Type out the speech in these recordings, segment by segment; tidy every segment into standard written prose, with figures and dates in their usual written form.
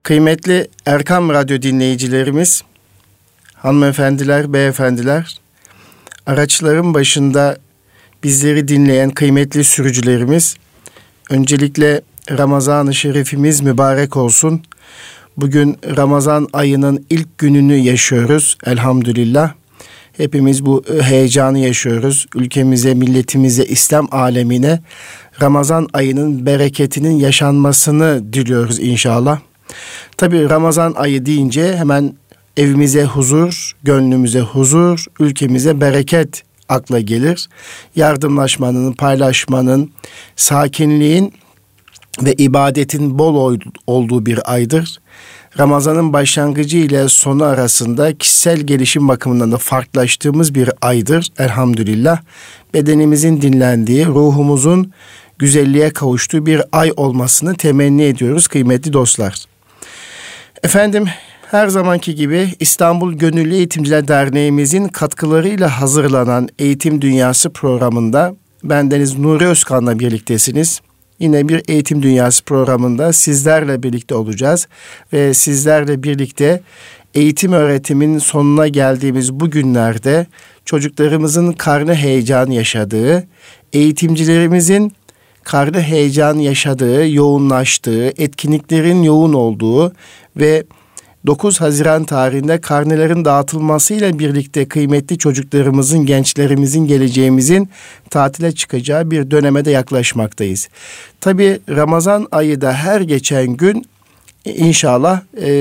Kıymetli Erkam Radyo dinleyicilerimiz, hanımefendiler, beyefendiler, araçların başında bizleri dinleyen kıymetli sürücülerimiz, öncelikle Ramazan-ı Şerifimiz mübarek olsun. Bugün Ramazan ayının ilk gününü yaşıyoruz elhamdülillah. Hepimiz bu heyecanı yaşıyoruz. Ülkemize, milletimize, İslam alemine Ramazan ayının bereketinin yaşanmasını diliyoruz inşallah. Tabii Ramazan ayı deyince hemen evimize huzur, gönlümüze huzur, ülkemize bereket akla gelir. Yardımlaşmanın, paylaşmanın, sakinliğin ve ibadetin bol olduğu bir aydır. Ramazanın başlangıcı ile sonu arasında kişisel gelişim bakımından da farklılaştığımız bir aydır elhamdülillah. Bedenimizin dinlendiği, ruhumuzun güzelliğe kavuştuğu bir ay olmasını temenni ediyoruz kıymetli dostlar. Efendim, her zamanki gibi İstanbul Gönüllü Eğitimciler Derneğimizin katkılarıyla hazırlanan Eğitim Dünyası programında bendeniz Nuri Özkan'la birliktesiniz. Yine bir Eğitim Dünyası programında sizlerle birlikte olacağız ve sizlerle birlikte eğitim öğretimin sonuna geldiğimiz bu günlerde çocuklarımızın karnı heyecan yaşadığı, eğitimcilerimizin karnı heyecan yaşadığı, yoğunlaştığı, etkinliklerin yoğun olduğu ve 9 Haziran tarihinde karnelerin dağıtılmasıyla birlikte kıymetli çocuklarımızın, gençlerimizin, geleceğimizin tatile çıkacağı bir döneme de yaklaşmaktayız. Tabii Ramazan ayı da her geçen gün inşallah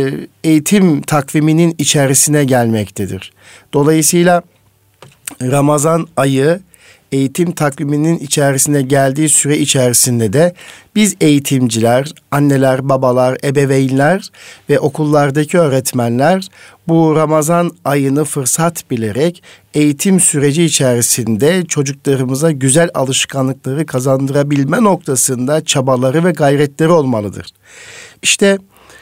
eğitim takviminin içerisine gelmektedir. Dolayısıyla Ramazan ayı eğitim takviminin içerisine geldiği süre içerisinde de biz eğitimciler, anneler, babalar, ebeveynler ve okullardaki öğretmenler bu Ramazan ayını fırsat bilerek eğitim süreci içerisinde çocuklarımıza güzel alışkanlıkları kazandırabilme noktasında çabaları ve gayretleri olmalıdır. İşte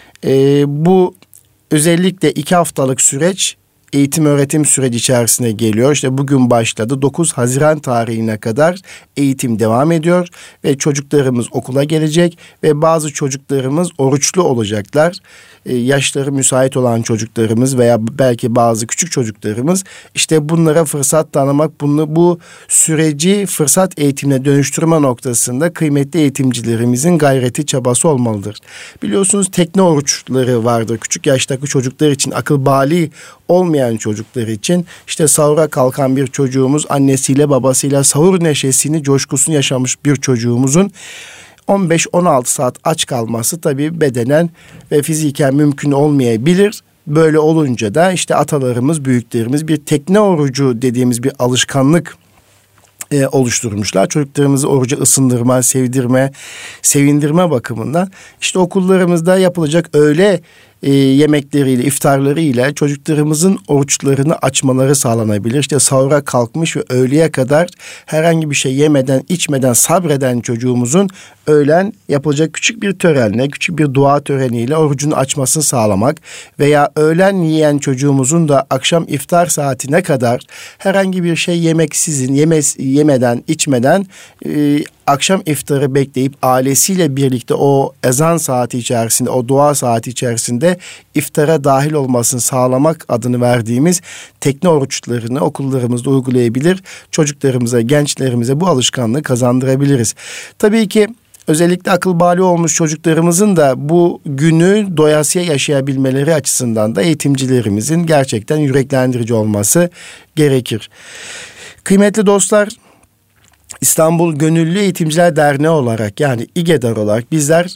bu özellikle 2 haftalık süreç eğitim öğretim süreci içerisine geliyor. İşte bugün başladı. 9 Haziran tarihine kadar eğitim devam ediyor ve çocuklarımız okula gelecek ve bazı çocuklarımız oruçlu olacaklar. Yaşları müsait olan çocuklarımız veya belki bazı küçük çocuklarımız işte bunlara fırsat tanımak, bu süreci fırsat eğitimine dönüştürme noktasında kıymetli eğitimcilerimizin gayreti, çabası olmalıdır. Biliyorsunuz tekne oruçları vardır. Küçük yaştaki çocuklar için, akıl bali olmayan çocuklar için işte sahura kalkan bir çocuğumuz annesiyle babasıyla sahur neşesini, coşkusunu yaşamış bir çocuğumuzun 15-16 saat aç kalması tabii bedenen ve fiziken mümkün olmayabilir. Böyle olunca da işte atalarımız, büyüklerimiz bir tekne orucu dediğimiz bir alışkanlık oluşturmuşlar. Çocuklarımızı oruca ısındırma, sevdirme, sevindirme bakımından işte okullarımızda yapılacak öğle yemekleriyle, iftarlarıyla çocuklarımızın oruçlarını açmaları sağlanabilir. İşte sahura kalkmış ve öğleye kadar herhangi bir şey yemeden, içmeden sabreden çocuğumuzun öğlen yapılacak küçük bir törenle, küçük bir dua töreniyle orucunu açmasını sağlamak veya öğlen yiyen çocuğumuzun da akşam iftar saatine kadar herhangi bir şey yemeksizin, yemeden, içmeden akşam iftarı bekleyip ailesiyle birlikte o ezan saati içerisinde, o dua saati içerisinde iftara dahil olmasını sağlamak adını verdiğimiz tekne oruçlarını okullarımızda uygulayabilir. Çocuklarımıza, gençlerimize bu alışkanlığı kazandırabiliriz. Tabii ki özellikle akıl bali olmuş çocuklarımızın da bu günü doyasıya yaşayabilmeleri açısından da eğitimcilerimizin gerçekten yüreklendirici olması gerekir. Kıymetli dostlar, İstanbul Gönüllü Eğitimciler Derneği olarak yani İGEDER olarak bizler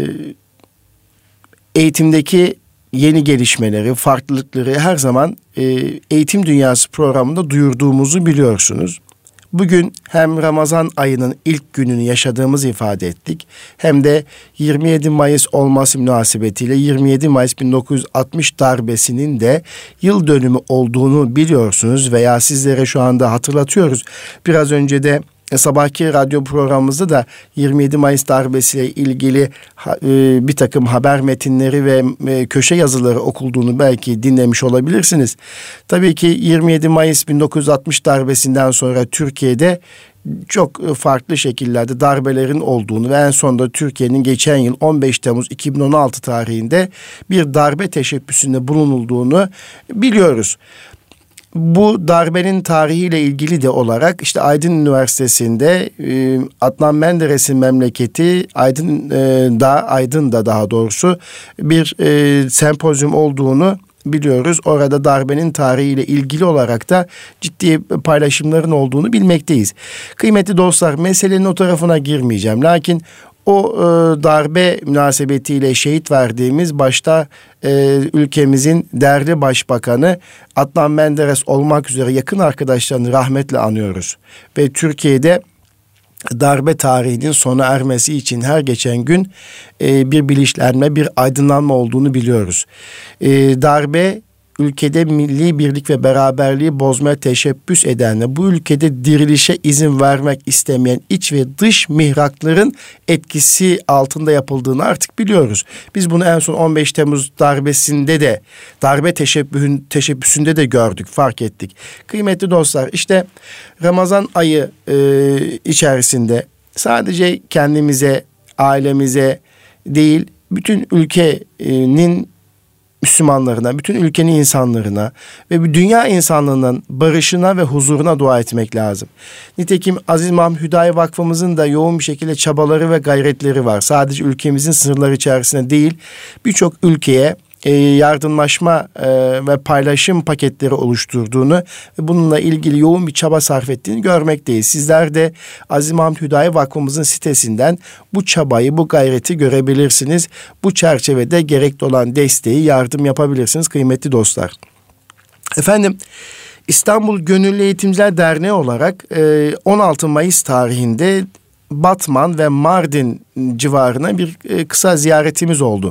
eğitimdeki yeni gelişmeleri, farklılıkları her zaman Eğitim Dünyası programında duyurduğumuzu biliyorsunuz. Bugün hem Ramazan ayının ilk gününü yaşadığımızı ifade ettik, hem de 27 Mayıs olması münasebetiyle 27 Mayıs 1960 darbesinin de yıl dönümü olduğunu biliyorsunuz veya sizlere şu anda hatırlatıyoruz. Biraz önce de sabahki radyo programımızda da 27 Mayıs darbesiyle ilgili bir takım haber metinleri ve köşe yazıları okunduğunu belki dinlemiş olabilirsiniz. Tabii ki 27 Mayıs 1960 darbesinden sonra Türkiye'de çok farklı şekillerde darbelerin olduğunu ve en sonunda Türkiye'nin geçen yıl 15 Temmuz 2016 tarihinde bir darbe teşebbüsünde bulunulduğunu biliyoruz. Bu darbenin tarihiyle ilgili de olarak işte Aydın Üniversitesi'nde Adnan Menderes'in memleketi Aydın'da daha doğrusu bir sempozyum olduğunu biliyoruz. Orada darbenin tarihiyle ilgili olarak da ciddi paylaşımların olduğunu bilmekteyiz. Kıymetli dostlar, meselenin o tarafına girmeyeceğim. Lakin o darbe münasebetiyle şehit verdiğimiz başta ülkemizin değerli başbakanı Adnan Menderes olmak üzere yakın arkadaşlarını rahmetle anıyoruz. Ve Türkiye'de darbe tarihinin sona ermesi için her geçen gün bir bilinçlenme, bir aydınlanma olduğunu biliyoruz. Darbe ülkede milli birlik ve beraberliği bozmaya teşebbüs eden ve bu ülkede dirilişe izin vermek istemeyen iç ve dış mihrakların etkisi altında yapıldığını artık biliyoruz. Biz bunu en son 15 Temmuz darbesinde de, darbe teşebbüsünde de gördük, fark ettik. Kıymetli dostlar, işte Ramazan ayı içerisinde sadece kendimize, ailemize değil, bütün ülkenin Müslümanlarına, bütün ülkenin insanlarına ve dünya insanlığının barışına ve huzuruna dua etmek lazım. Nitekim Aziz Mahmut Hüdayi Vakfımızın da yoğun bir şekilde çabaları ve gayretleri var. Sadece ülkemizin sınırları içerisinde değil, birçok ülkeye yardımlaşma ve paylaşım paketleri oluşturduğunu ve bununla ilgili yoğun bir çaba sarf ettiğini görmekteyiz. Sizler de Aziz Mahmut Hüdayi Vakfımızın sitesinden bu çabayı, bu gayreti görebilirsiniz. Bu çerçevede gerekli olan desteği, yardım yapabilirsiniz kıymetli dostlar. Efendim, İstanbul Gönüllü Eğitimciler Derneği olarak 16 Mayıs tarihinde Batman ve Mardin civarına bir kısa ziyaretimiz oldu.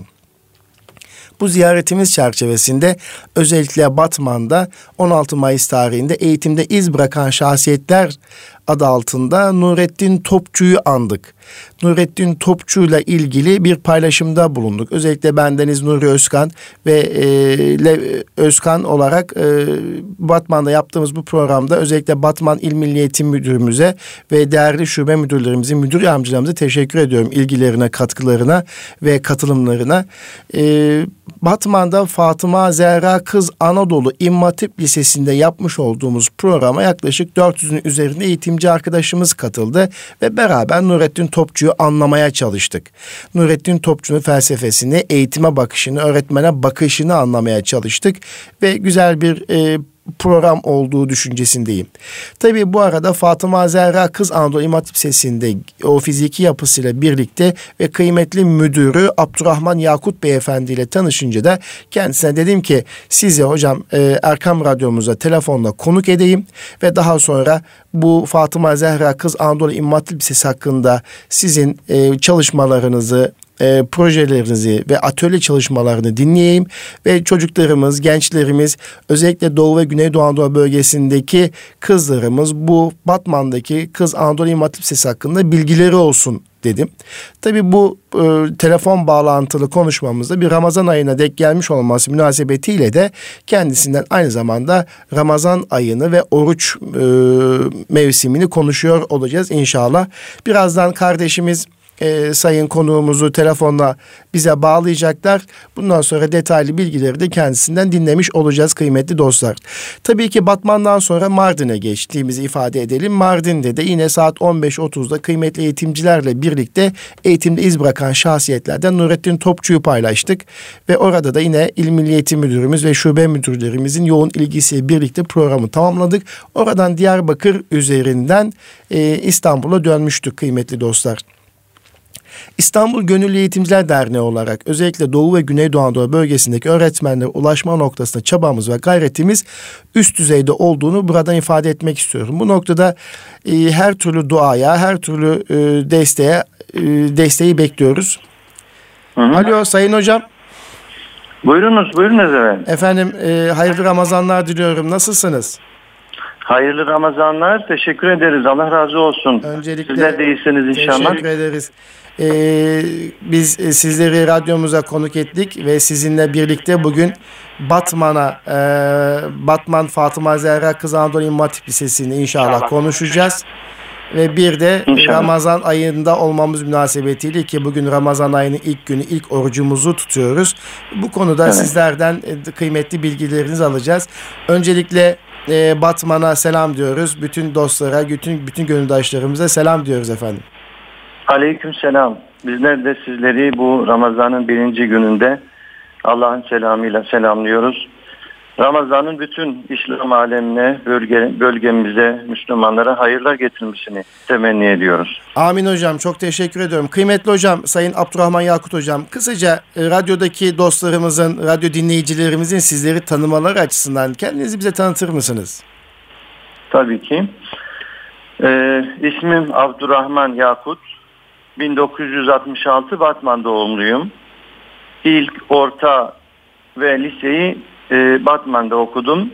Bu ziyaretimiz çerçevesinde özellikle Batman'da 16 Mayıs tarihinde eğitimde iz bırakan şahsiyetler adı altında Nurettin Topçu'yu andık. Nurettin Topçu'yla ilgili bir paylaşımda bulunduk. Özellikle bendeniz Nuri Özkan ve Özkan olarak Batman'da yaptığımız bu programda özellikle Batman İl Milli Eğitim Müdürümüze ve değerli şube müdürlerimizin, müdür yardımcılarımıza teşekkür ediyorum ilgilerine, katkılarına ve katılımlarına. Batman'da Fatıma Zehra Kız Anadolu İmam Hatip Lisesi'nde yapmış olduğumuz programa yaklaşık 400'ün üzerinde eğitimci arkadaşımız katıldı ve beraber Nurettin Topçu'yu anlamaya çalıştık. Nurettin Topçu'nun felsefesini, eğitime bakışını, öğretmene bakışını anlamaya çalıştık ve güzel bir program olduğu düşüncesindeyim. Tabii bu arada Fatıma Zehra Kız Anadolu İmam Hatip Lisesi'nde o fiziki yapısıyla birlikte ve kıymetli müdürü Abdurrahman Yakut Beyefendi ile tanışınca da kendisine dedim ki size hocam Erkam Radyomuza telefonla konuk edeyim ve daha sonra bu Fatıma Zehra Kız Anadolu İmam Hatip Lisesi hakkında sizin çalışmalarınızı, projelerinizi ve atölye çalışmalarını dinleyeyim ve çocuklarımız, gençlerimiz, özellikle Doğu ve Güneydoğu Anadolu bölgesindeki kızlarımız bu Batman'daki Kız Anadolu İmam Hatip Lisesi hakkında bilgileri olsun dedim. Tabii bu telefon bağlantılı konuşmamızda bir Ramazan ayına denk gelmiş olması münasebetiyle de kendisinden aynı zamanda Ramazan ayını ve oruç mevsimini konuşuyor olacağız inşallah. Birazdan kardeşimiz sayın konuğumuzu telefonla bize bağlayacaklar. Bundan sonra detaylı bilgileri de kendisinden dinlemiş olacağız kıymetli dostlar. Tabii ki Batman'dan sonra Mardin'e geçtiğimizi ifade edelim. Mardin'de de yine saat 15.30'da kıymetli eğitimcilerle birlikte eğitimde iz bırakan şahsiyetlerden Nurettin Topçu'yu paylaştık. Ve orada da yine İl Milli Eğitim Müdürümüz ve şube müdürlerimizin yoğun ilgisiyle birlikte programı tamamladık. Oradan Diyarbakır üzerinden İstanbul'a dönmüştük kıymetli dostlar. İstanbul Gönüllü Eğitimciler Derneği olarak özellikle Doğu ve Güneydoğu Anadolu bölgesindeki öğretmenlere ulaşma noktasında çabamız ve gayretimiz üst düzeyde olduğunu buradan ifade etmek istiyorum. Bu noktada her türlü duaya, her türlü desteği bekliyoruz. Hı hı. Alo Sayın Hocam. Buyurunuz efendim. Efendim hayırlı Ramazanlar diliyorum. Nasılsınız? Hayırlı Ramazanlar. Teşekkür ederiz. Allah razı olsun. Öncelikle sizler de iyisiniz inşallah. Teşekkür ederiz. Biz sizleri radyomuza konuk ettik ve sizinle birlikte bugün Batman Fatıma Zehra Kız Anadolu İmam Hatip Lisesi'ni inşallah konuşacağız. Ve bir de İnşallah. Ramazan ayında olmamız münasebetiyle ki bugün Ramazan ayının ilk günü, ilk orucumuzu tutuyoruz. Bu konuda sizlerden kıymetli bilgilerinizi alacağız. Öncelikle Batman'a selam diyoruz. Bütün dostlara, bütün gönüldaşlarımıza selam diyoruz efendim. Aleykümselam. Bizler de sizleri bu Ramazan'ın 1. gününde Allah'ın selamıyla selamlıyoruz. Ramazan'ın bütün İslam alemine, bölgemize, Müslümanlara hayırlar getirmesini temenni ediyoruz. Amin hocam. Çok teşekkür ediyorum. Kıymetli hocam, Sayın Abdurrahman Yakut hocam, kısaca radyodaki dostlarımızın, radyo dinleyicilerimizin sizleri tanımaları açısından kendinizi bize tanıtır mısınız? Tabii ki. İsmim Abdurrahman Yakut. 1966 Batman doğumluyum. İlk, orta ve liseyi Batman'da okudum.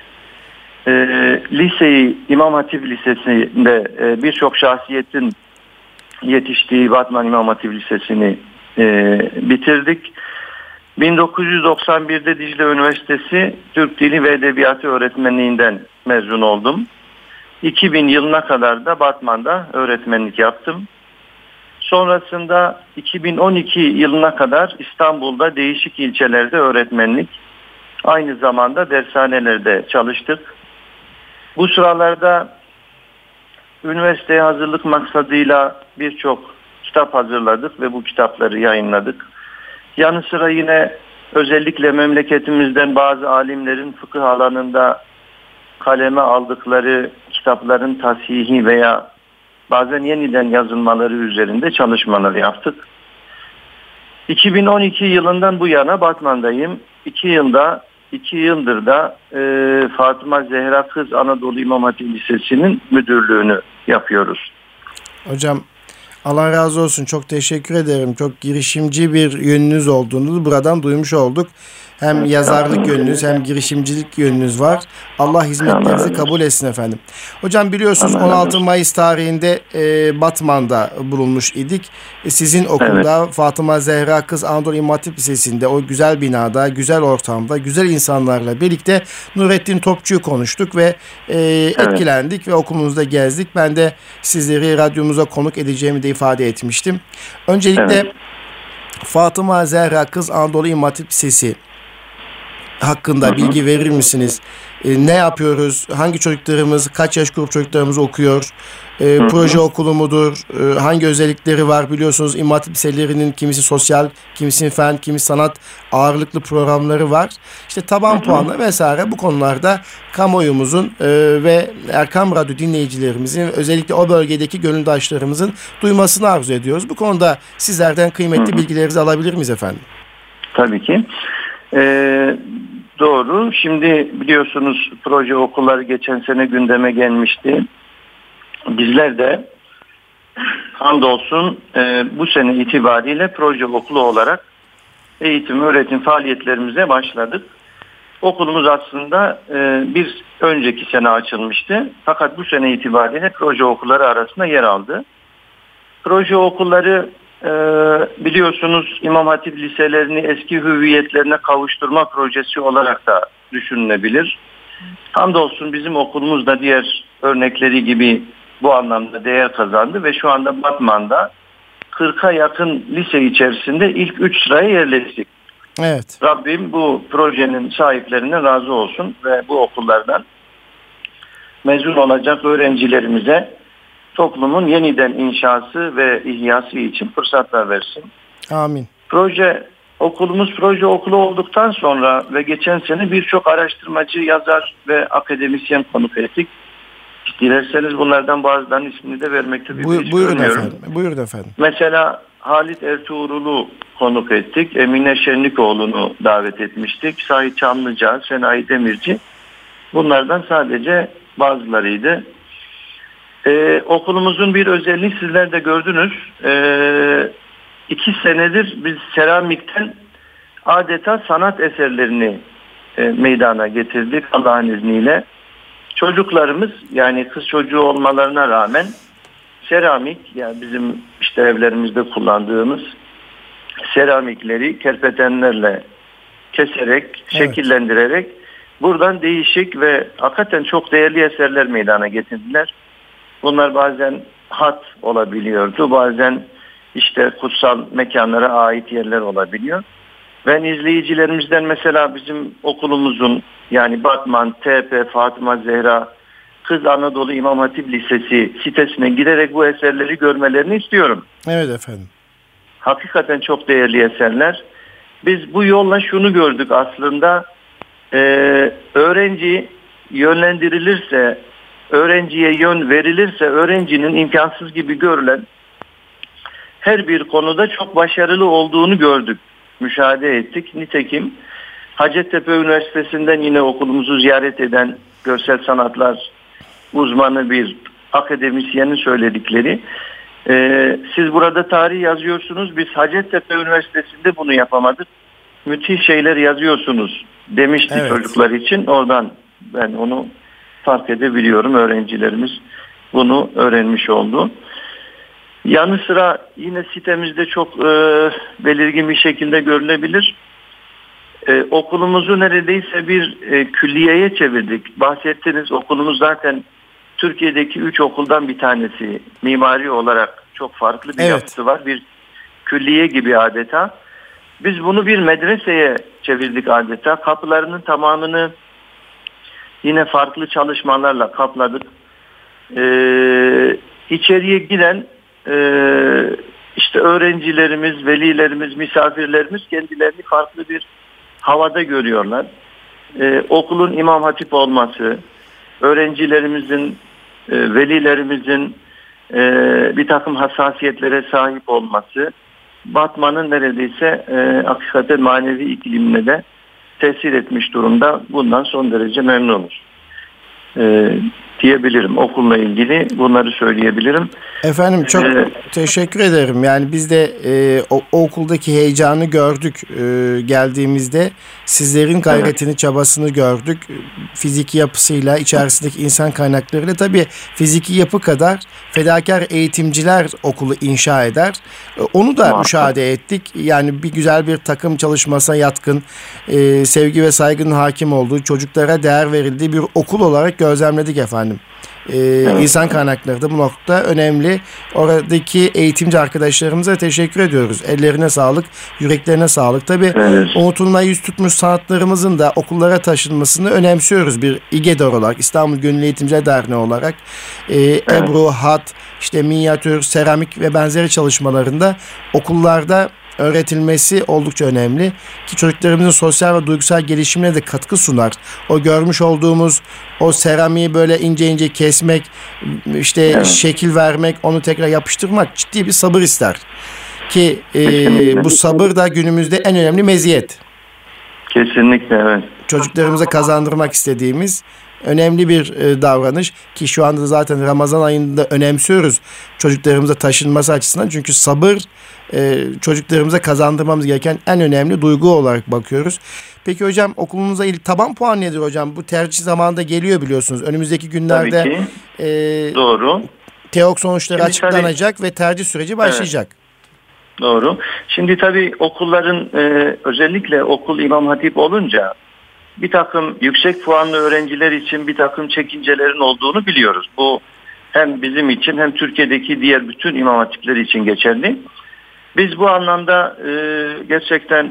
Liseyi İmam Hatip Lisesi'nde birçok şahsiyetin yetiştiği Batman İmam Hatip Lisesi'ni bitirdik. 1991'de Dicle Üniversitesi Türk Dili ve Edebiyatı öğretmenliğinden mezun oldum. 2000 yılına kadar da Batman'da öğretmenlik yaptım. Sonrasında 2012 yılına kadar İstanbul'da değişik ilçelerde öğretmenlik, aynı zamanda dershanelerde çalıştık. Bu sıralarda üniversiteye hazırlık maksadıyla birçok kitap hazırladık ve bu kitapları yayınladık. Yanı sıra yine özellikle memleketimizden bazı alimlerin fıkıh alanında kaleme aldıkları kitapların tasihi veya bazen yeniden yazılmaları üzerinde çalışmalar yaptık. 2012 yılından bu yana Batman'dayım. 2 yıldır da Fatıma Zehra Kız Anadolu İmam Hatip Lisesi'nin müdürlüğünü yapıyoruz. Hocam Allah razı olsun. Çok teşekkür ederim. Çok girişimci bir yönünüz olduğunu buradan duymuş olduk. Hem yazarlık yönünüz hem girişimcilik yönünüz var. Allah hizmetlerinizi kabul etsin efendim. Hocam biliyorsunuz 16 Mayıs tarihinde Batman'da bulunmuş idik. Sizin okulda Fatıma Zehra Kız Anadolu İmam Hatip Lisesi'nde o güzel binada, güzel ortamda, güzel insanlarla birlikte Nurettin Topçu'yu konuştuk ve etkilendik ve okulumuzda gezdik. Ben de sizleri radyomuza konuk edeceğimi de ifade etmiştim. Öncelikle Fatıma Zehra Kız Anadolu İmam Hatip Lisesi hakkında bilgi verir misiniz? Ne yapıyoruz? Hangi çocuklarımız, kaç yaş grup çocuklarımız okuyor? Proje okulu mudur? Hangi özellikleri var? Biliyorsunuz İmam Hatip liselerinin kimisi sosyal, kimisi fen, kimisi sanat ağırlıklı programları var. İşte taban puanı vesaire bu konularda kamuoyumuzun ve Erkam Radyo dinleyicilerimizin özellikle o bölgedeki gönüldaşlarımızın duymasını arzu ediyoruz. Bu konuda sizlerden kıymetli bilgilerinizi alabilir miyiz efendim? Tabii ki. Doğru. Şimdi biliyorsunuz proje okulları geçen sene gündeme gelmişti. Bizler de hamdolsun bu sene itibariyle proje okulu olarak eğitim öğretim faaliyetlerimize başladık. Okulumuz aslında bir önceki sene açılmıştı. Fakat bu sene itibariyle proje okulları arasında yer aldı. Proje okulları biliyorsunuz İmam Hatip liselerini eski hüviyetlerine kavuşturma projesi olarak da düşünülebilir. Hamdolsun bizim okulumuz da diğer örnekleri gibi bu anlamda değer kazandı ve şu anda Batman'da 40'a yakın lise içerisinde ilk 3 sıraya yerleştik. Evet. Rabbim bu projenin sahiplerinden razı olsun ve bu okullardan mezun olacak öğrencilerimize toplumun yeniden inşası ve ihyası için fırsatlar versin. Amin. Okulumuz proje okulu olduktan sonra ve geçen sene birçok araştırmacı, yazar ve akademisyen konuk ettik. Dilerseniz bunlardan bazılarının ismini de vermekte buyurun efendim. Buyurun efendim. Mesela Halit Ertuğrul'u konuk ettik. Emine Şenlikoğlu'nu davet etmiştik. Sait Çamlıca, Senayi Demirci. Bunlardan sadece bazılarıydı. Okulumuzun bir özelliği sizler de gördünüz. 2 senedir biz seramikten adeta sanat eserlerini meydana getirdik Allah'ın izniyle. çocuklarımız, yani kız çocuğu olmalarına rağmen seramik, yani bizim işte evlerimizde kullandığımız seramikleri kerpetenlerle keserek, şekillendirerek buradan değişik ve hakikaten çok değerli eserler meydana getirdiler. Bunlar bazen hat olabiliyordu, bazen işte kutsal mekanlara ait yerler olabiliyor. Ben izleyicilerimizden mesela bizim okulumuzun, yani Batman, TP, Fatıma Zehra Kız Anadolu İmam Hatip Lisesi sitesine giderek bu eserleri görmelerini istiyorum. Evet efendim. Hakikaten çok değerli eserler. Biz bu yolla şunu gördük aslında, öğrenci yönlendirilirse, öğrenciye yön verilirse, öğrencinin imkansız gibi görülen her bir konuda çok başarılı olduğunu gördük, müşahede ettik. Nitekim Hacettepe Üniversitesi'nden yine okulumuzu ziyaret eden görsel sanatlar uzmanı bir akademisyenin söyledikleri, siz burada tarih yazıyorsunuz, biz Hacettepe Üniversitesi'nde bunu yapamadık, müthiş şeyler yazıyorsunuz demişti. Evet. Çocuklar için. Oradan ben onu fark edebiliyorum. Öğrencilerimiz bunu öğrenmiş oldu. Yanı sıra yine sitemizde çok belirgin bir şekilde görülebilir. Okulumuzu neredeyse bir külliyeye çevirdik. Bahsettiğiniz okulumuz zaten Türkiye'deki 3 okuldan bir tanesi. Mimari olarak çok farklı bir yapısı var. Bir külliye gibi adeta. Biz bunu bir medreseye çevirdik adeta. Kapılarının tamamını yine farklı çalışmalarla kapladık. İçeriye giden işte öğrencilerimiz, velilerimiz, misafirlerimiz kendilerini farklı bir havada görüyorlar. Okulun İmam Hatip olması, öğrencilerimizin, velilerimizin bir takım hassasiyetlere sahip olması, Batman'ın neredeyse hakikaten manevi iklimine de tesir etmiş durumda. Bundan son derece memnunuz diyebilirim. Okulla ilgili bunları söyleyebilirim. Efendim çok teşekkür ederim. Yani biz de o okuldaki heyecanı gördük geldiğimizde. Sizlerin gayretini, çabasını gördük. Fiziki yapısıyla, içerisindeki insan kaynaklarıyla, tabii fiziki yapı kadar fedakar eğitimciler okulu inşa eder. Onu da müşahede ettik. Yani bir güzel bir takım çalışmasına yatkın, sevgi ve saygının hakim olduğu, çocuklara değer verildiği bir okul olarak gözlemledik efendim. İnsan kaynakları da bu noktada önemli. Oradaki eğitimci arkadaşlarımıza teşekkür ediyoruz. Ellerine sağlık, yüreklerine sağlık. Tabii unutulmaya yüz tutmuş sanatlarımızın da okullara taşınmasını önemsiyoruz. Bir İGEDER olarak, İstanbul Gönüllü Eğitimciler Derneği olarak Ebru, hat, işte minyatür, seramik ve benzeri çalışmalarında okullarda öğretilmesi oldukça önemli ki çocuklarımızın sosyal ve duygusal gelişimine de katkı sunar. O görmüş olduğumuz o seramiği böyle ince ince kesmek, işte şekil vermek, onu tekrar yapıştırmak ciddi bir sabır ister. Ki bu sabır da günümüzde en önemli meziyet. Kesinlikle evet. Çocuklarımıza kazandırmak istediğimiz önemli bir davranış ki şu anda zaten Ramazan ayında önemsiyoruz çocuklarımıza taşınması açısından. Çünkü sabır çocuklarımıza kazandırmamız gereken en önemli duygu olarak bakıyoruz. Peki hocam, okulunuza ilk taban puanı nedir hocam? Bu tercih zamanında geliyor biliyorsunuz. Önümüzdeki günlerde doğru. TEOK sonuçları açıklanacak ve tercih süreci başlayacak. Evet. Doğru. Şimdi tabii okulların özellikle okul İmam Hatip olunca bir takım yüksek puanlı öğrenciler için bir takım çekincelerin olduğunu biliyoruz. Bu hem bizim için hem Türkiye'deki diğer bütün İmam Hatipleri için geçerli. Biz bu anlamda gerçekten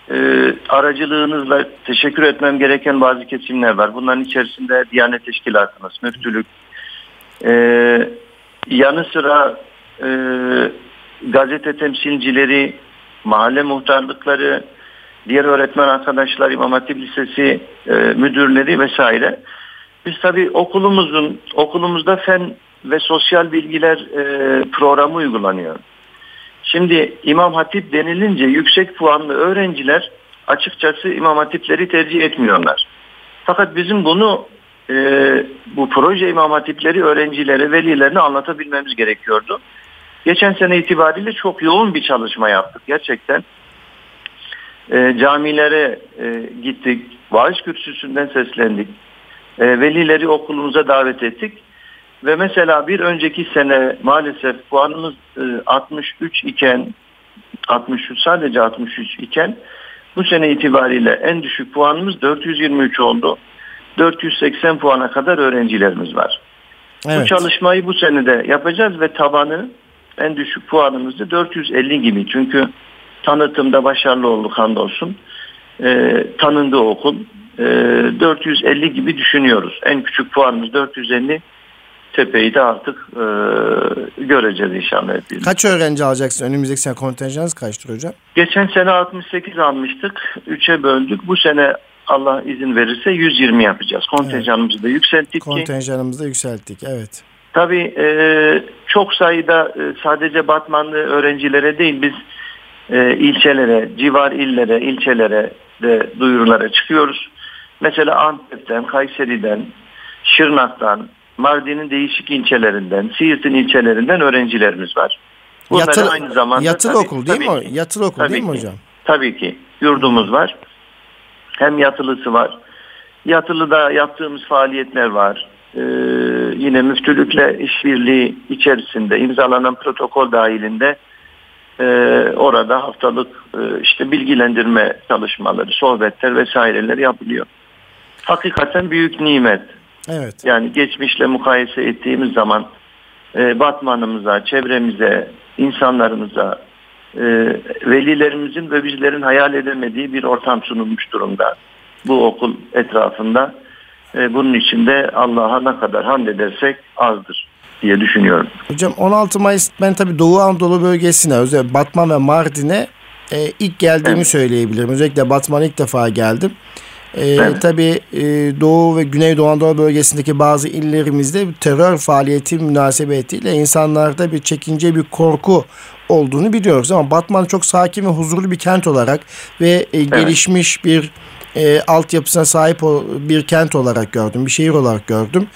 aracılığınızla teşekkür etmem gereken bazı kesimler var. Bunların içerisinde Diyanet Teşkilatımız, Müftülük, yanı sıra gazete temsilcileri, mahalle muhtarlıkları, diğer öğretmen arkadaşlar, İmam Hatip Lisesi müdürleri vesaire. Biz tabii okulumuzda fen ve sosyal bilgiler programı uygulanıyor. Şimdi İmam Hatip denilince yüksek puanlı öğrenciler açıkçası İmam Hatipleri tercih etmiyorlar. Fakat bizim bunu bu proje İmam Hatipleri öğrencilere, velilerine anlatabilmemiz gerekiyordu. Geçen sene itibariyle çok yoğun bir çalışma yaptık gerçekten. Camilere gittik, vaaz kürsüsünden seslendik. velileri okulumuza davet ettik. Ve mesela bir önceki sene maalesef puanımız 63 iken, sadece 63 iken bu sene itibariyle en düşük puanımız 423 oldu. 480 puana kadar öğrencilerimiz var. Evet. Bu çalışmayı bu sene de yapacağız ve tabanı en düşük puanımız da 450 gibi. Çünkü tanıtımda başarılı olduk hamdolsun. Tanındı okul. 450 gibi düşünüyoruz. En küçük puanımız 450. Tepeyi de artık göreceğiz inşallah. Kaç öğrenci alacaksın? Önümüzdeki sene kontenjanınız kaçtır hocam? Geçen sene 68 almıştık. 3'e böldük. Bu sene Allah izin verirse 120 yapacağız. Kontenjanımızı da yükselttik. Kontenjanımızı da yükselttik. Evet. Tabii çok sayıda sadece Batmanlı öğrencilere değil, biz ilçelere, civar illere, ilçelere de duyurulara çıkıyoruz. Mesela Antep'ten, Kayseri'den, Şırnak'tan, Mardin'in değişik ilçelerinden, Siirt'in ilçelerinden öğrencilerimiz var. Bunların aynı zamanda yatılı okul değil mi? Yatılı okul değil mi hocam? Tabii ki. Yurdumuz var. Hem yatılısı var. Yatılıda yaptığımız faaliyetler var. Yine müftülükle işbirliği içerisinde imzalanan protokol dahilinde orada haftalık işte bilgilendirme çalışmaları, sohbetler vesaireler yapılıyor. Hakikaten büyük nimet. Evet. Yani geçmişle mukayese ettiğimiz zaman Batman'ımıza, çevremize, insanlarımıza, velilerimizin ve bizlerin hayal edemediği bir ortam sunulmuş durumda bu okul etrafında. Bunun için de Allah'a ne kadar hamd edersek azdır diye düşünüyorum. Hocam 16 Mayıs ben tabii Doğu Anadolu bölgesine, özellikle Batman ve Mardin'e ilk geldiğimi söyleyebilirim. Özellikle Batman'a ilk defa geldim. Tabii Doğu ve Güneydoğu Anadolu bölgesindeki bazı illerimizde terör faaliyeti münasebetiyle insanlarda bir çekince, bir korku olduğunu biliyoruz. Ama Batman çok sakin ve huzurlu bir kent olarak ve gelişmiş bir altyapısına sahip bir kent olarak gördüm. Bir şehir olarak gördüm.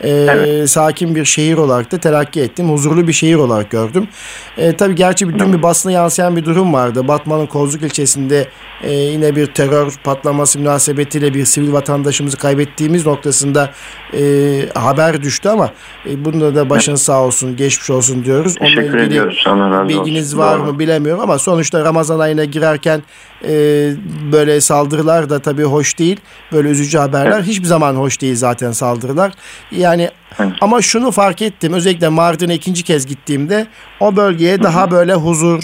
Sakin bir şehir olarak da telakki ettim. Huzurlu bir şehir olarak gördüm. Tabii gerçi dün bir basına yansıyan bir durum vardı. Batman'ın Kozluk ilçesinde yine bir terör patlaması münasebetiyle bir sivil vatandaşımızı kaybettiğimiz noktasında haber düştü ama bunda da başın sağ olsun, geçmiş olsun diyoruz. Teşekkür ediyoruz. Bilginiz var mı bilemiyorum ama sonuçta Ramazan ayına girerken böyle saldırılar da tabii hoş değil. Böyle üzücü haberler hiçbir zaman hoş değil zaten saldırılar. Yani ama şunu fark ettim. Özellikle Mardin'e ikinci kez gittiğimde o bölgeye daha böyle huzur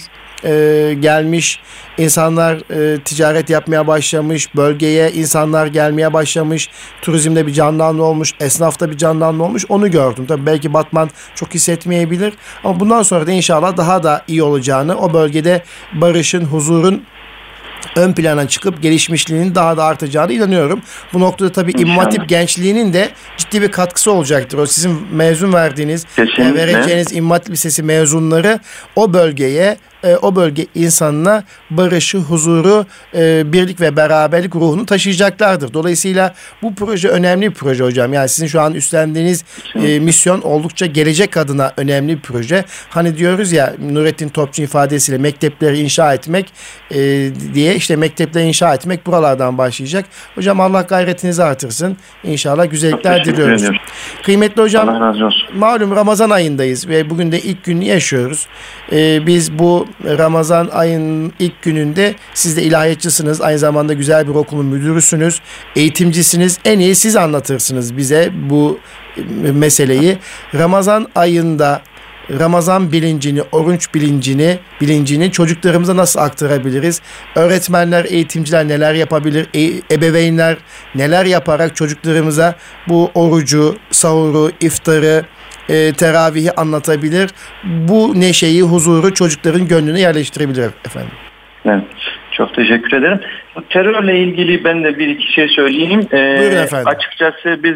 gelmiş. İnsanlar ticaret yapmaya başlamış. Bölgeye insanlar gelmeye başlamış. Turizmde bir canlanma olmuş. Esnafta bir canlanma olmuş. Onu gördüm. Tabii belki Batman çok hissetmeyebilir. Ama bundan sonra da inşallah daha da iyi olacağını, o bölgede barışın, huzurun ön plana çıkıp gelişmişliğinin daha da artacağını inanıyorum. Bu noktada tabii İmam Hatip gençliğinin de ciddi bir katkısı olacaktır. O sizin mezun verdiğiniz, vereceğiniz İmam Hatip Lisesi mezunları o bölgeye, o bölge insanına barışı, huzuru, birlik ve beraberlik ruhunu taşıyacaklardır. Dolayısıyla bu proje önemli bir proje hocam. Yani sizin şu an üstlendiğiniz misyon oldukça gelecek adına önemli bir proje. Hani diyoruz ya Nurettin Topçu ifadesiyle mektepleri inşa etmek diye, işte mektepleri inşa etmek buralardan başlayacak. Hocam Allah gayretinizi artırsın. İnşallah güzellikler diliyoruz. Kıymetli hocam, Allah razı olsun. Malum Ramazan ayındayız ve bugün de ilk günü yaşıyoruz. Biz bu Ramazan ayının ilk gününde siz de ilahiyatçısınız. Aynı zamanda güzel bir okulun müdürüsünüz. Eğitimcisiniz. En iyi siz anlatırsınız bize bu meseleyi. Ramazan ayında Ramazan bilincini, oruç bilincini çocuklarımıza nasıl aktarabiliriz? Öğretmenler, eğitimciler neler yapabilir? Ebeveynler neler yaparak çocuklarımıza bu orucu, sahuru, iftarı, teravihi anlatabilir? Bu neşeyi, huzuru çocukların gönlüne yerleştirebilir efendim. Evet, çok teşekkür ederim. Bu terörle ilgili ben de bir iki şey söyleyeyim. Buyurun efendim. Açıkçası biz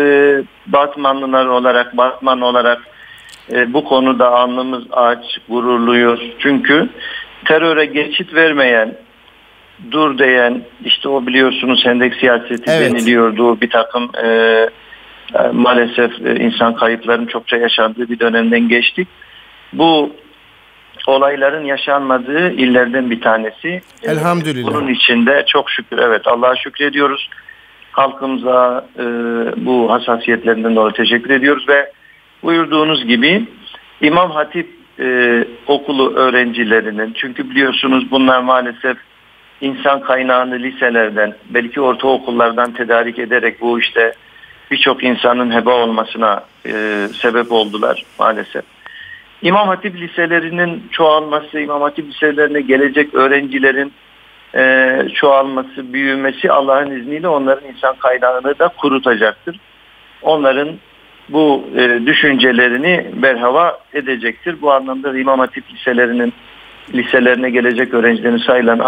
Batmanlılar olarak, Batman olarak bu konuda alnımız aç, gururluyuz. Çünkü teröre geçit vermeyen, dur diyen, işte o biliyorsunuz hendek siyaseti deniliyordu. Bir takım maalesef insan kayıplarının çokça yaşandığı bir dönemden geçtik. Bu olayların yaşanmadığı illerden bir tanesi. Elhamdülillah. Bunun içinde çok şükür, evet, Allah'a şükrediyoruz. halkımıza bu hassasiyetlerinden dolayı teşekkür ediyoruz ve buyurduğunuz gibi İmam Hatip okulu öğrencilerinin, çünkü biliyorsunuz bunlar maalesef insan kaynağını liselerden, belki ortaokullardan tedarik ederek bu işte birçok insanın heba olmasına sebep oldular maalesef. İmam Hatip liselerinin çoğalması, İmam Hatip liselerine gelecek öğrencilerin çoğalması, büyümesi Allah'ın izniyle onların insan kaynağını da kurutacaktır. Onların bu düşüncelerini berhava edecektir. Bu anlamda İmam Hatip liselerine gelecek öğrencilerin sayılarının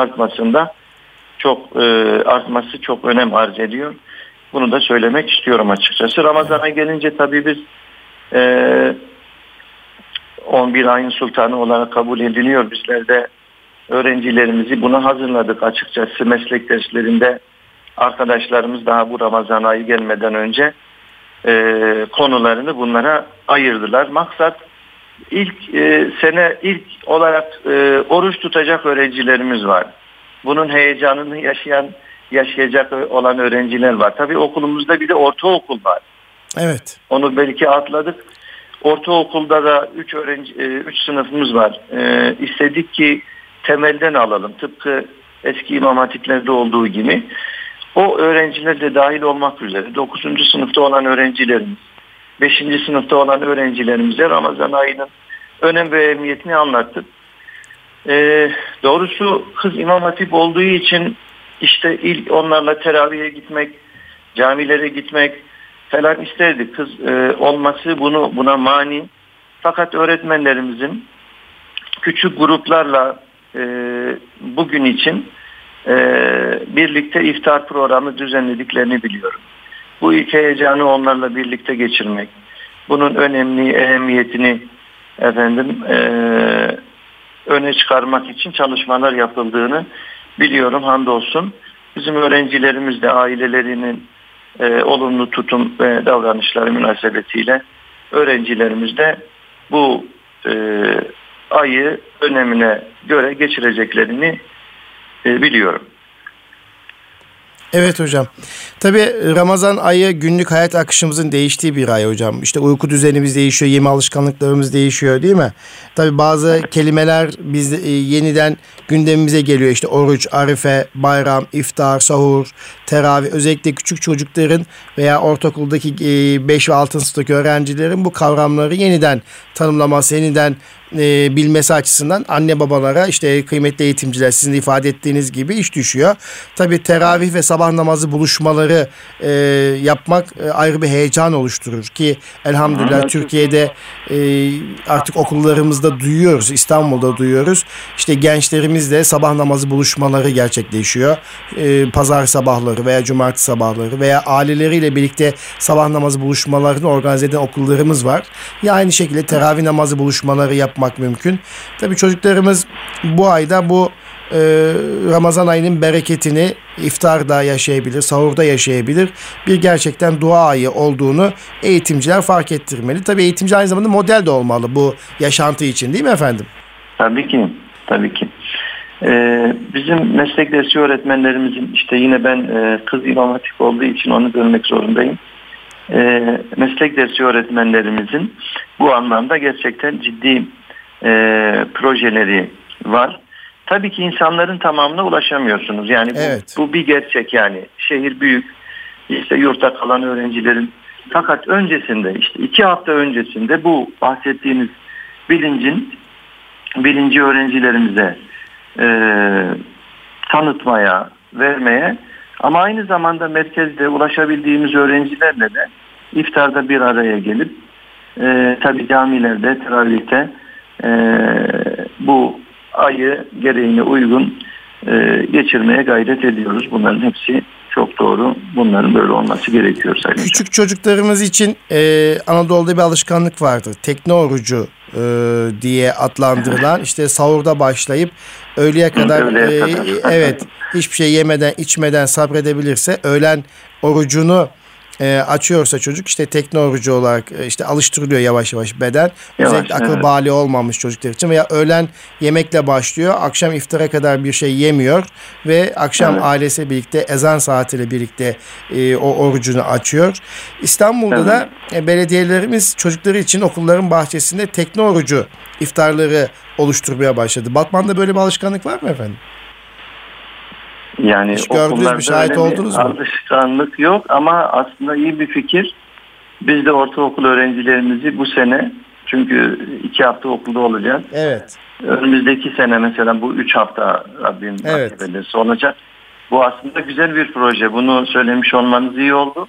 artması çok önem arz ediyor. Bunu da söylemek istiyorum açıkçası. Ramazan'a gelince tabii biz 11 ayın sultanı olarak kabul ediliyor. Bizler de öğrencilerimizi buna hazırladık açıkçası. Meslek derslerinde arkadaşlarımız daha bu Ramazan ayı gelmeden önce konularını bunlara ayırdılar. Maksat ilk olarak oruç tutacak öğrencilerimiz var. Bunun heyecanını yaşayacak olan öğrenciler var. Tabii okulumuzda bir de ortaokul var. Evet. Onu belki atladık. Ortaokulda da 3 sınıfımız var. İstedik ki temelden alalım. Tıpkı eski imam hatiplerde olduğu gibi. O öğrenciler de dahil olmak üzere 9. sınıfta olan öğrencilerimiz, 5. sınıfta olan öğrencilerimize Ramazan ayının önem ve ehemmiyetini anlattık. Doğrusu kız imam hatip olduğu için işte ilk onlarla teravihe gitmek, camilere gitmek falan isterdik. Kız olması buna mani. Fakat öğretmenlerimizin küçük gruplarla bugün için birlikte iftar programı düzenlediklerini biliyorum. Bu ilk heyecanı onlarla birlikte geçirmek, bunun ehemmiyetini öne çıkarmak için çalışmalar yapıldığını biliyorum, hamdolsun. Bizim öğrencilerimiz de ailelerinin olumlu tutum ve davranışları münasebetiyle öğrencilerimiz de bu ayı önemine göre geçireceklerini biliyorum. Evet hocam. Tabii Ramazan ayı günlük hayat akışımızın değiştiği bir ay hocam. İşte uyku düzenimiz değişiyor, yeme alışkanlıklarımız değişiyor değil mi? Tabii bazı kelimeler yeniden gündemimize geliyor. İşte oruç, arife, bayram, iftar, sahur, teravih. Özellikle küçük çocukların veya ortaokuldaki 5 ve 6. sınıftaki öğrencilerin bu kavramları yeniden tanımlaması, yeniden bilmesi açısından anne babalara, işte kıymetli eğitimciler, sizin de ifade ettiğiniz gibi iş düşüyor. Tabii teravih ve sabah namazı buluşmaları yapmak ayrı bir heyecan oluşturur ki elhamdülillah Türkiye'de artık okullarımızda duyuyoruz, İstanbul'da duyuyoruz. İşte gençlerimiz de sabah namazı buluşmaları gerçekleşiyor. Pazar sabahları veya cumartesi sabahları veya aileleriyle birlikte sabah namazı buluşmalarını organize eden okullarımız var. Ya aynı şekilde teravih namazı buluşmaları yapmak mümkün. Tabii çocuklarımız bu ayda bu Ramazan ayının bereketini iftarda yaşayabilir, sahurda yaşayabilir. Bir gerçekten dua ayı olduğunu eğitimciler fark ettirmeli. Tabii eğitimci aynı zamanda model de olmalı bu yaşantı için, değil mi efendim? Tabii ki. Tabii ki. Bizim meslek dersi öğretmenlerimizin, işte yine ben kız imam hatip olduğu için onu görmek zorundayım. Meslek dersi öğretmenlerimizin bu anlamda gerçekten ciddi projeleri var. Tabii ki insanların tamamına ulaşamıyorsunuz. Yani bu bir gerçek yani. Şehir büyük. İşte yurtta kalan öğrencilerin. Fakat öncesinde, işte 2 hafta öncesinde bu bahsettiğiniz bilinci öğrencilerimize tanıtmaya, vermeye, ama aynı zamanda merkezde ulaşabildiğimiz öğrencilerle de iftarda bir araya gelip tabii camilerde, teravihte bu ayı gereğine uygun geçirmeye gayret ediyoruz. Bunların hepsi çok doğru. Bunların böyle olması gerekiyor sayın Küçük çocuklarımız için Anadolu'da bir alışkanlık vardır. Tekne orucu diye adlandırılan, işte sahurda başlayıp öğleye kadar evet, hiçbir şey yemeden içmeden sabredebilirse öğlen orucunu açıyorsa çocuk işte tekne orucu olarak işte alıştırılıyor yavaş yavaş beden. Yavaş, Özellikle akıl bali olmamış çocuklar için veya öğlen yemekle başlıyor. Akşam iftara kadar bir şey yemiyor ve akşam ailesiyle birlikte ezan saatiyle birlikte o orucunu açıyor. İstanbul'da da belediyelerimiz çocukları için okulların bahçesinde tekne orucu iftarları oluşturmaya başladı. Batman'da böyle bir alışkanlık var mı efendim? Yani hiç gördünüz mü, şahit oldunuz mu? Alışkanlık yok ama aslında iyi bir fikir. Biz de ortaokul öğrencilerimizi bu sene, çünkü 2 hafta okulda olacağız. Evet. Önümüzdeki sene mesela bu 3 hafta Rabbim nasip ederse olacak. Bu aslında güzel bir proje. Bunu söylemiş olmanız iyi oldu.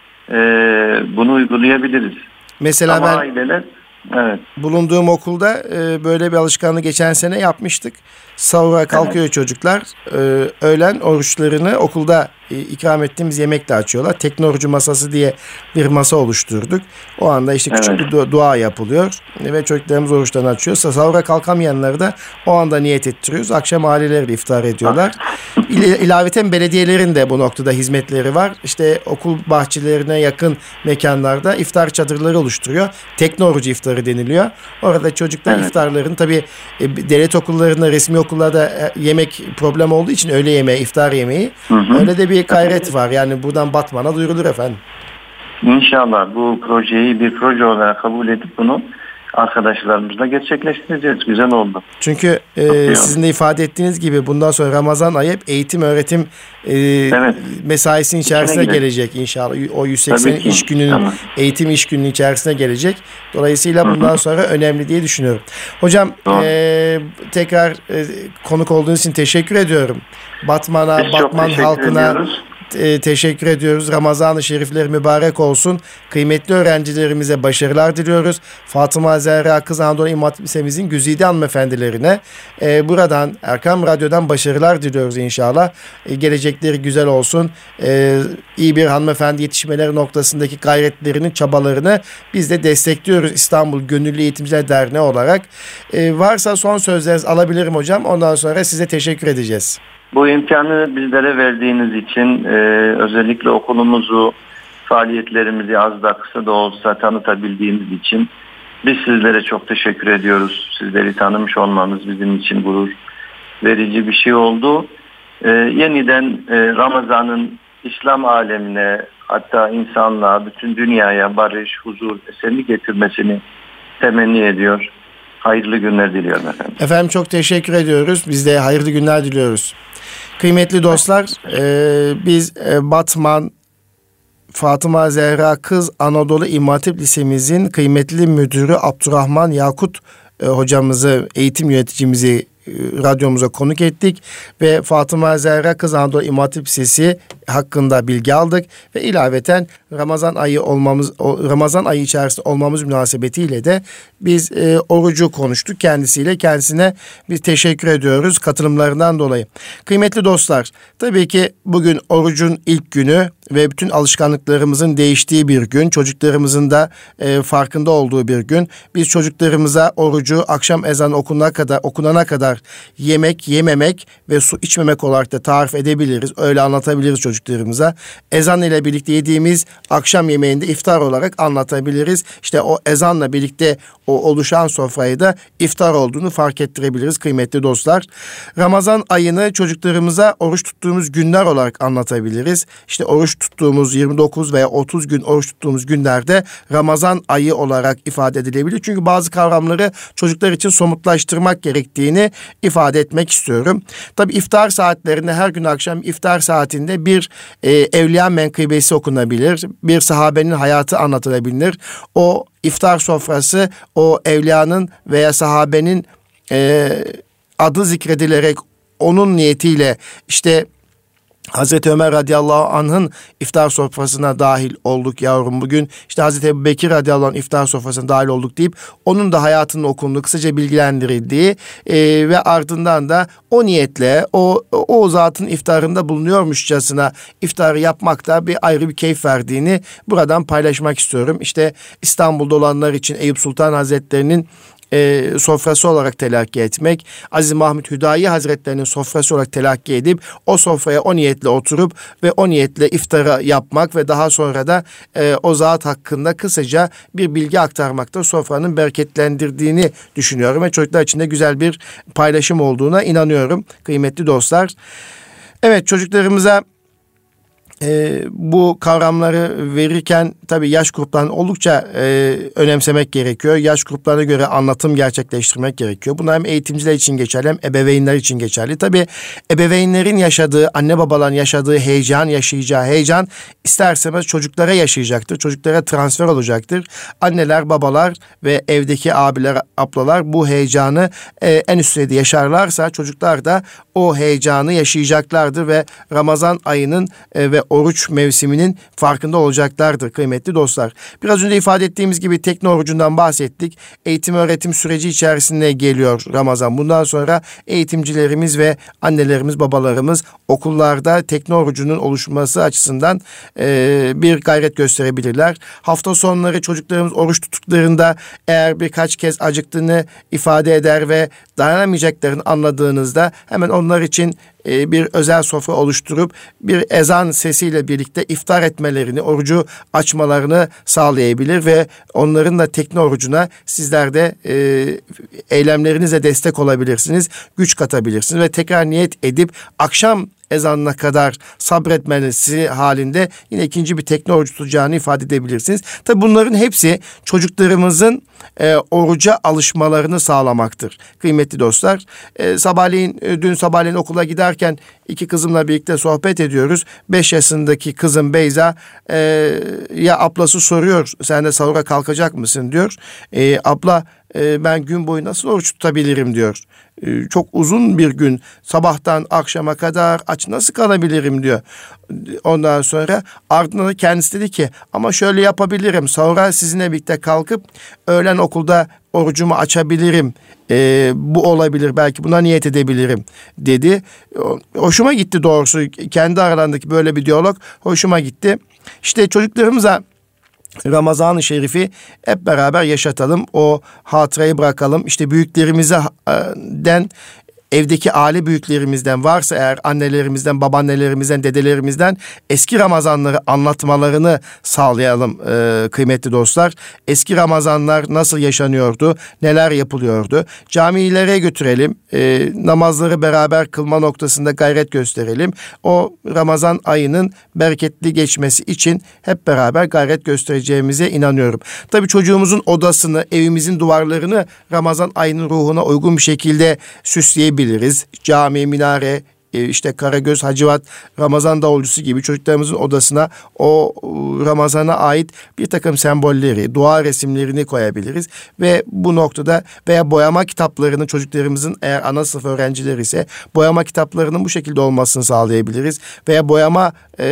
Bunu uygulayabiliriz. Mesela ama ben aileler, bulunduğum okulda böyle bir alışkanlığı geçen sene yapmıştık. Sahura kalkıyor çocuklar. Öğlen oruçlarını okulda ikram ettiğimiz yemekle açıyorlar. Tekne orucu masası diye bir masa oluşturduk. O anda işte küçük bir dua yapılıyor ve çocuklarımız oruçlarını açıyor. Sahura kalkamayanları da o anda niyet ettiriyoruz. Akşam aileleri iftar ediyorlar. İlaveten belediyelerin de bu noktada hizmetleri var. İşte okul bahçelerine yakın mekanlarda iftar çadırları oluşturuyor. Tekne orucu iftarı deniliyor. Orada çocuklar iftarlarını, tabii devlet okullarında, resmi okullarda yemek problem olduğu için öğle yemeği, iftar yemeği. Öyle de bir gayret var. Yani buradan Batman'a duyurulur efendim. İnşallah bu projeyi bir proje olarak kabul edip bunu arkadaşlarımızla gerçekleştireceğiz. Güzel oldu. Çünkü sizin de ifade ettiğiniz gibi bundan sonra Ramazan ayı hep eğitim öğretim mesaisinin içerisine gelecek inşallah. O 180 iş gününün eğitim iş gününün içerisine gelecek. Dolayısıyla bundan sonra önemli diye düşünüyorum. Hocam tekrar konuk olduğunuz için teşekkür ediyorum. Batman halkına teşekkür ediyoruz. Ramazan-ı Şerifleri mübarek olsun. Kıymetli öğrencilerimize başarılar diliyoruz. Fatıma Zehra Kız Anadolu İmam Hatip Lisemizin güzide hanımefendilerine buradan Erkam Radyo'dan başarılar diliyoruz inşallah. Gelecekleri güzel olsun. İyi bir hanımefendi yetişmeleri noktasındaki gayretlerini, çabalarını biz de destekliyoruz İstanbul Gönüllü Eğitimciler Derneği olarak. Varsa son sözlerinizi alabilirim hocam. Ondan sonra size teşekkür edeceğiz. Bu imkanı bizlere verdiğiniz için, özellikle okulumuzu, faaliyetlerimizi az da kısa da olsa tanıtabildiğimiz için biz sizlere çok teşekkür ediyoruz. Sizleri tanımış olmamız bizim için gurur verici bir şey oldu. Yeniden Ramazan'ın İslam alemine, hatta insanlığa, bütün dünyaya barış, huzur, esenlik getirmesini temenni ediyor. Hayırlı günler diliyorum efendim. Efendim çok teşekkür ediyoruz. Biz de hayırlı günler diliyoruz. Kıymetli dostlar, biz Batman Fatıma Zehra Kız Anadolu İmam Hatip Lisemizin kıymetli müdürü Abdurrahman Yakut hocamızı, eğitim yöneticimizi radyomuza konuk ettik ve Fatıma Zehra Kız Anadolu İmam Hatip Lisesi hakkında bilgi aldık ve ilaveten Ramazan ayı içerisinde olmamız münasebetiyle de biz orucu konuştuk kendisiyle. Kendisine bir teşekkür ediyoruz katılımlarından dolayı. Kıymetli dostlar, tabii ki bugün orucun ilk günü ve bütün alışkanlıklarımızın değiştiği bir gün. Çocuklarımızın da farkında olduğu bir gün. Biz çocuklarımıza orucu akşam ezanı okunana kadar yemek yememek ve su içmemek olarak da tarif edebiliriz. Öyle anlatabiliriz çocuklarımıza. Ezan ile birlikte yediğimiz akşam yemeğinde iftar olarak anlatabiliriz. İşte o ezanla birlikte o oluşan sofrayı da iftar olduğunu fark ettirebiliriz kıymetli dostlar. Ramazan ayını çocuklarımıza oruç tuttuğumuz günler olarak anlatabiliriz. İşte oruç tuttuğumuz 29 veya 30 gün oruç tuttuğumuz günlerde Ramazan ayı olarak ifade edilebilir. Çünkü bazı kavramları çocuklar için somutlaştırmak gerektiğini ifade etmek istiyorum. Tabii iftar saatlerinde her gün akşam iftar saatinde bir evliya menkıbesi okunabilir. Bir sahabenin hayatı anlatılabilir. O iftar sofrası o evliyanın veya sahabenin adı zikredilerek onun niyetiyle işte Hazreti Ömer radıyallahu anh'ın iftar sofrasına dahil olduk yavrum bugün. İşte Hazreti Ebu Bekir radıyallahu anh iftar sofrasına dahil olduk deyip onun da hayatının okunduğu, kısaca bilgilendirildiği ve ardından da o niyetle o zatın iftarında bulunuyormuşçasına iftarı yapmakta bir ayrı bir keyif verdiğini buradan paylaşmak istiyorum. İşte İstanbul'da olanlar için Eyüp Sultan Hazretleri'nin sofrası olarak telakki etmek, Aziz Mahmud Hüdayi Hazretlerinin sofrası olarak telakki edip o sofraya o niyetle oturup ve o niyetle iftara yapmak ve daha sonra da o zat hakkında kısaca bir bilgi aktarmakta sofranın bereketlendirdiğini düşünüyorum ve çocuklar için de güzel bir paylaşım olduğuna inanıyorum kıymetli dostlar. Evet, çocuklarımıza bu kavramları verirken tabii yaş gruplarını oldukça önemsemek gerekiyor. Yaş gruplarına göre anlatım gerçekleştirmek gerekiyor. Bunlar hem eğitimciler için geçerli hem ebeveynler için geçerli. Tabii ebeveynlerin yaşadığı, anne babaların yaşadığı heyecan, yaşayacağı heyecan ister istemez çocuklara yaşayacaktır. Çocuklara transfer olacaktır. Anneler, babalar ve evdeki abiler, ablalar bu heyecanı en üst seviyede yaşarlarsa çocuklar da o heyecanı yaşayacaklardır ve Ramazan ayının ve oruç mevsiminin farkında olacaklardır kıymetli dostlar. Biraz önce ifade ettiğimiz gibi tekne orucundan bahsettik. Eğitim öğretim süreci içerisinde geliyor Ramazan. Bundan sonra eğitimcilerimiz ve annelerimiz, babalarımız okullarda tekne orucunun oluşması açısından bir gayret gösterebilirler. Hafta sonları çocuklarımız oruç tuttuklarında eğer birkaç kez acıktığını ifade eder ve dayanamayacaklarını anladığınızda hemen onlar için bir özel sofra oluşturup bir ezan sesiyle birlikte iftar etmelerini, orucu açmalarını sağlayabilir ve onların da tekne orucuna sizler de eylemlerinizle destek olabilirsiniz, güç katabilirsiniz ve tekrar niyet edip akşam ezanına kadar sabretmesi halinde yine ikinci bir tekne orucu tutacağını ifade edebilirsiniz. Tabi bunların hepsi çocuklarımızın oruca alışmalarını sağlamaktır. Kıymetli dostlar, dün sabahleyin okula giderken iki kızımla birlikte sohbet ediyoruz. 5 yaşındaki kızım Beyza ya ablası soruyor, sen de sahura kalkacak mısın diyor. Abla ben gün boyu nasıl oruç tutabilirim diyor. Çok uzun bir gün, sabahtan akşama kadar aç nasıl kalabilirim diyor. Ondan sonra ardından da kendisi dedi ki ama şöyle yapabilirim, sahura sizinle birlikte kalkıp öğlen okulda orucumu açabilirim. Bu olabilir, belki buna niyet edebilirim dedi. Hoşuma gitti doğrusu, kendi aralarındaki böyle bir diyalog hoşuma gitti. İşte çocuklarımıza Ramazan-ı Şerif'i hep beraber yaşatalım. O hatırayı bırakalım. İşte büyüklerimizden, evdeki aile büyüklerimizden varsa eğer annelerimizden, babaannelerimizden, dedelerimizden eski Ramazanları anlatmalarını sağlayalım kıymetli dostlar. Eski Ramazanlar nasıl yaşanıyordu, neler yapılıyordu? Camilere götürelim, namazları beraber kılma noktasında gayret gösterelim. O Ramazan ayının bereketli geçmesi için hep beraber gayret göstereceğimize inanıyorum. Tabii çocuğumuzun odasını, evimizin duvarlarını Ramazan ayının ruhuna uygun bir şekilde süsleyebiliriz. Cami, minare, işte Karagöz, Hacivat, Ramazan davulcusu gibi çocuklarımızın odasına o Ramazan'a ait bir takım sembolleri, dua resimlerini koyabiliriz. Ve bu noktada veya boyama kitaplarını çocuklarımızın eğer ana sınıf öğrencileri ise boyama kitaplarının bu şekilde olmasını sağlayabiliriz. Veya boyama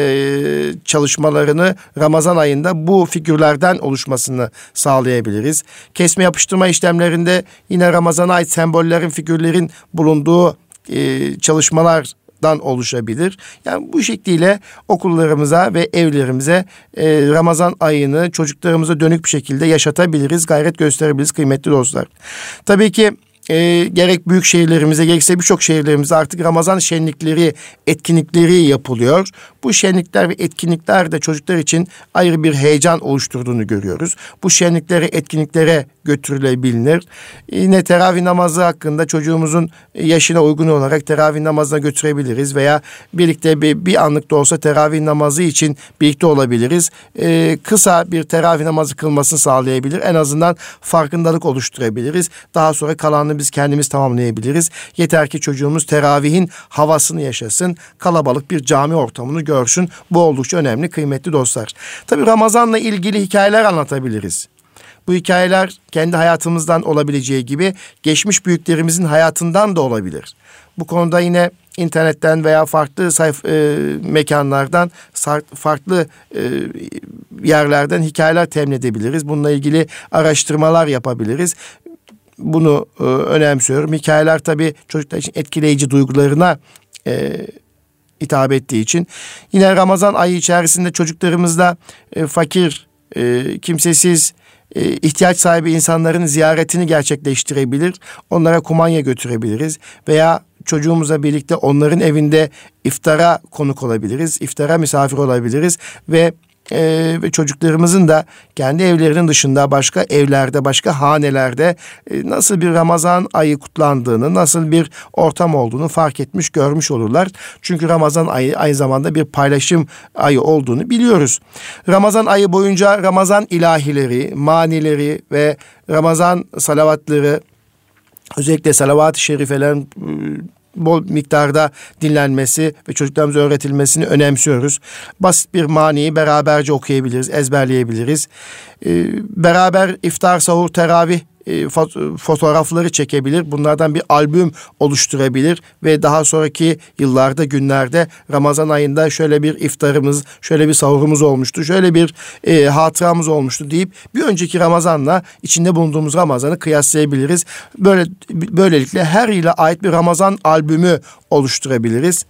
çalışmalarını Ramazan ayında bu figürlerden oluşmasını sağlayabiliriz. Kesme yapıştırma işlemlerinde yine Ramazan'a ait sembollerin, figürlerin bulunduğu çalışmalardan oluşabilir. Yani bu şekliyle okullarımıza ve evlerimize Ramazan ayını çocuklarımıza dönük bir şekilde yaşatabiliriz, gayret gösterebiliriz kıymetli dostlar. Tabii ki gerek büyük şehirlerimize gerekse birçok şehirlerimizde artık Ramazan şenlikleri, etkinlikleri yapılıyor. Bu şenlikler ve etkinlikler de çocuklar için ayrı bir heyecan oluşturduğunu görüyoruz. Bu şenliklere, etkinliklere götürülebilir. Yine teravih namazı hakkında çocuğumuzun yaşına uygun olarak teravih namazına götürebiliriz veya birlikte bir anlık da olsa teravih namazı için birlikte olabiliriz. Kısa bir teravih namazı kılmasını sağlayabilir. En azından farkındalık oluşturabiliriz. Daha sonra kalanını biz kendimiz tamamlayabiliriz. Yeter ki çocuğumuz teravihin havasını yaşasın, kalabalık bir cami ortamını görsün. Bu oldukça önemli kıymetli dostlar. Tabii Ramazan'la ilgili hikayeler anlatabiliriz. Bu hikayeler kendi hayatımızdan olabileceği gibi geçmiş büyüklerimizin hayatından da olabilir. Bu konuda yine internetten veya farklı mekanlardan, farklı yerlerden hikayeler temin edebiliriz. Bununla ilgili araştırmalar yapabiliriz. Bunu önemsiyorum. Hikayeler tabii çocuklar için etkileyici duygularına hitap ettiği için. Yine Ramazan ayı içerisinde çocuklarımızla fakir, kimsesiz ihtiyaç sahibi insanların ziyaretini gerçekleştirebilir. Onlara kumanya götürebiliriz veya çocuğumuzla birlikte onların evinde iftara konuk olabiliriz, iftara misafir olabiliriz ve çocuklarımızın da kendi evlerinin dışında başka evlerde, başka hanelerde nasıl bir Ramazan ayı kutlandığını, nasıl bir ortam olduğunu fark etmiş, görmüş olurlar. Çünkü Ramazan ayı aynı zamanda bir paylaşım ayı olduğunu biliyoruz. Ramazan ayı boyunca Ramazan ilahileri, manileri ve Ramazan salavatları, özellikle salavat-ı şerifelerin bol miktarda dinlenmesi ve çocuklarımıza öğretilmesini önemsiyoruz. Basit bir maniyi beraberce okuyabiliriz, ezberleyebiliriz. Beraber iftar, sahur, teravih fotoğrafları çekebilir. Bunlardan bir albüm oluşturabilir ve daha sonraki yıllarda, günlerde Ramazan ayında şöyle bir iftarımız, şöyle bir sahurumuz olmuştu, şöyle bir hatıramız olmuştu deyip bir önceki Ramazanla içinde bulunduğumuz Ramazan'ı kıyaslayabiliriz. Böylelikle her yıla ait bir Ramazan albümü oluşturabiliriz.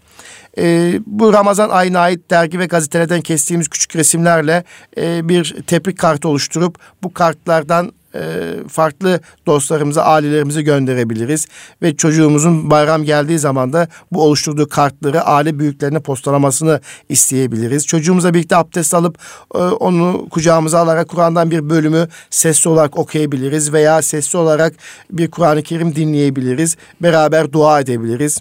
Bu Ramazan ayına ait dergi ve gazetelerden kestiğimiz küçük resimlerle bir tebrik kartı oluşturup bu kartlardan farklı dostlarımıza, ailelerimize gönderebiliriz. Ve çocuğumuzun bayram geldiği zaman da bu oluşturduğu kartları aile büyüklerine postalamasını isteyebiliriz. Çocuğumuzla birlikte abdest alıp onu kucağımıza alarak Kur'an'dan bir bölümü sesli olarak okuyabiliriz veya sesli olarak bir Kur'an-ı Kerim dinleyebiliriz. Beraber dua edebiliriz.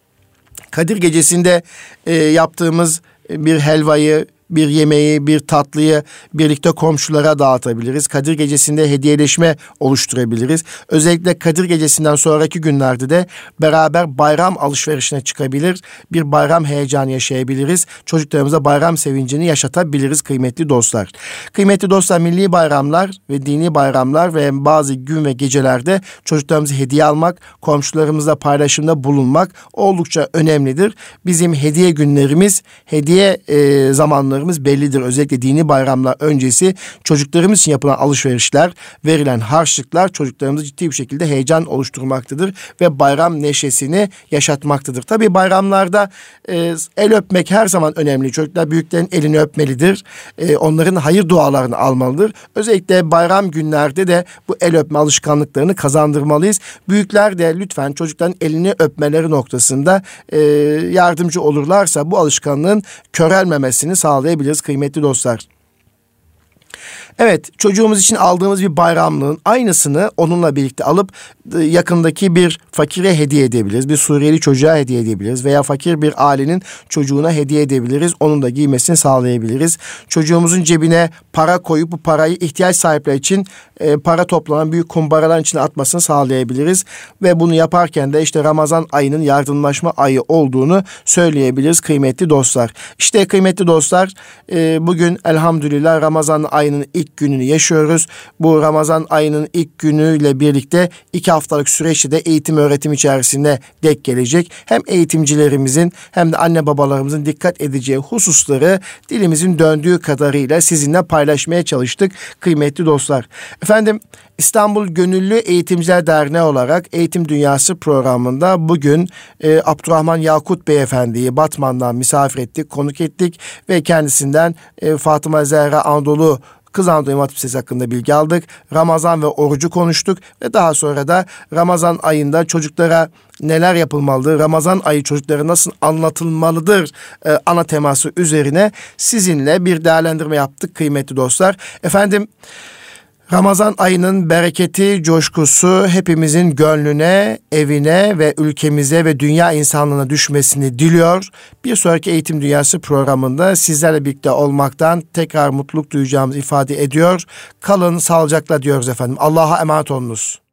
Kadir Gecesi'nde yaptığımız bir helvayı, bir yemeği, bir tatlıyı birlikte komşulara dağıtabiliriz. Kadir Gecesi'nde hediyeleşme oluşturabiliriz. Özellikle Kadir Gecesi'nden sonraki günlerde de beraber bayram alışverişine çıkabilir. Bir bayram heyecanı yaşayabiliriz. Çocuklarımıza bayram sevincini yaşatabiliriz kıymetli dostlar. Kıymetli dostlar, milli bayramlar ve dini bayramlar ve bazı gün ve gecelerde çocuklarımıza hediye almak, komşularımızla paylaşımda bulunmak oldukça önemlidir. Bizim hediye günlerimiz, hediye zamanlarımız bellidir. Özellikle dini bayramlar öncesi çocuklarımız için yapılan alışverişler, verilen harçlıklar çocuklarımıza ciddi bir şekilde heyecan oluşturmaktadır ve bayram neşesini yaşatmaktadır. Tabii bayramlarda el öpmek her zaman önemli. Çocuklar büyüklerin elini öpmelidir. Onların hayır dualarını almalıdır. Özellikle bayram günlerde de bu el öpme alışkanlıklarını kazandırmalıyız. Büyükler de lütfen çocukların elini öpmeleri noktasında yardımcı olurlarsa bu alışkanlığın körelmemesini sağlayabiliriz kıymetli dostlar. Evet, çocuğumuz için aldığımız bir bayramlığın aynısını onunla birlikte alıp yakındaki bir fakire hediye edebiliriz. Bir Suriyeli çocuğa hediye edebiliriz veya fakir bir ailenin çocuğuna hediye edebiliriz. Onun da giymesini sağlayabiliriz. Çocuğumuzun cebine para koyup bu parayı ihtiyaç sahipleri için para toplanan büyük kumbaraların içine atmasını sağlayabiliriz. Ve bunu yaparken de işte Ramazan ayının yardımlaşma ayı olduğunu söyleyebiliriz kıymetli dostlar. İşte kıymetli dostlar, bugün elhamdülillah Ramazan ayının ilk gününü yaşıyoruz. Bu Ramazan ayının ilk günüyle birlikte 2 haftalık süreçte de eğitim öğretim içerisinde denk gelecek. Hem eğitimcilerimizin hem de anne babalarımızın dikkat edeceği hususları dilimizin döndüğü kadarıyla sizinle paylaşmaya çalıştık kıymetli dostlar. Efendim, İstanbul Gönüllü Eğitimciler Derneği olarak Eğitim Dünyası programında bugün Abdurrahman Yakut Beyefendi'yi Batman'dan misafir ettik, konuk ettik ve kendisinden Fatıma Zehra Anadolu Kız Anadolu İmam Hatip Lisesi hakkında bilgi aldık. Ramazan ve orucu konuştuk ve daha sonra da Ramazan ayında çocuklara neler yapılmalıdır, Ramazan ayı çocuklara nasıl anlatılmalıdır ana teması üzerine sizinle bir değerlendirme yaptık kıymetli dostlar. Efendim, Ramazan ayının bereketi, coşkusu hepimizin gönlüne, evine ve ülkemize ve dünya insanlığına düşmesini diliyor. Bir sonraki Eğitim Dünyası programında sizlerle birlikte olmaktan tekrar mutluluk duyacağımızı ifade ediyor. Kalın sağlıcakla diyoruz efendim. Allah'a emanet olunuz.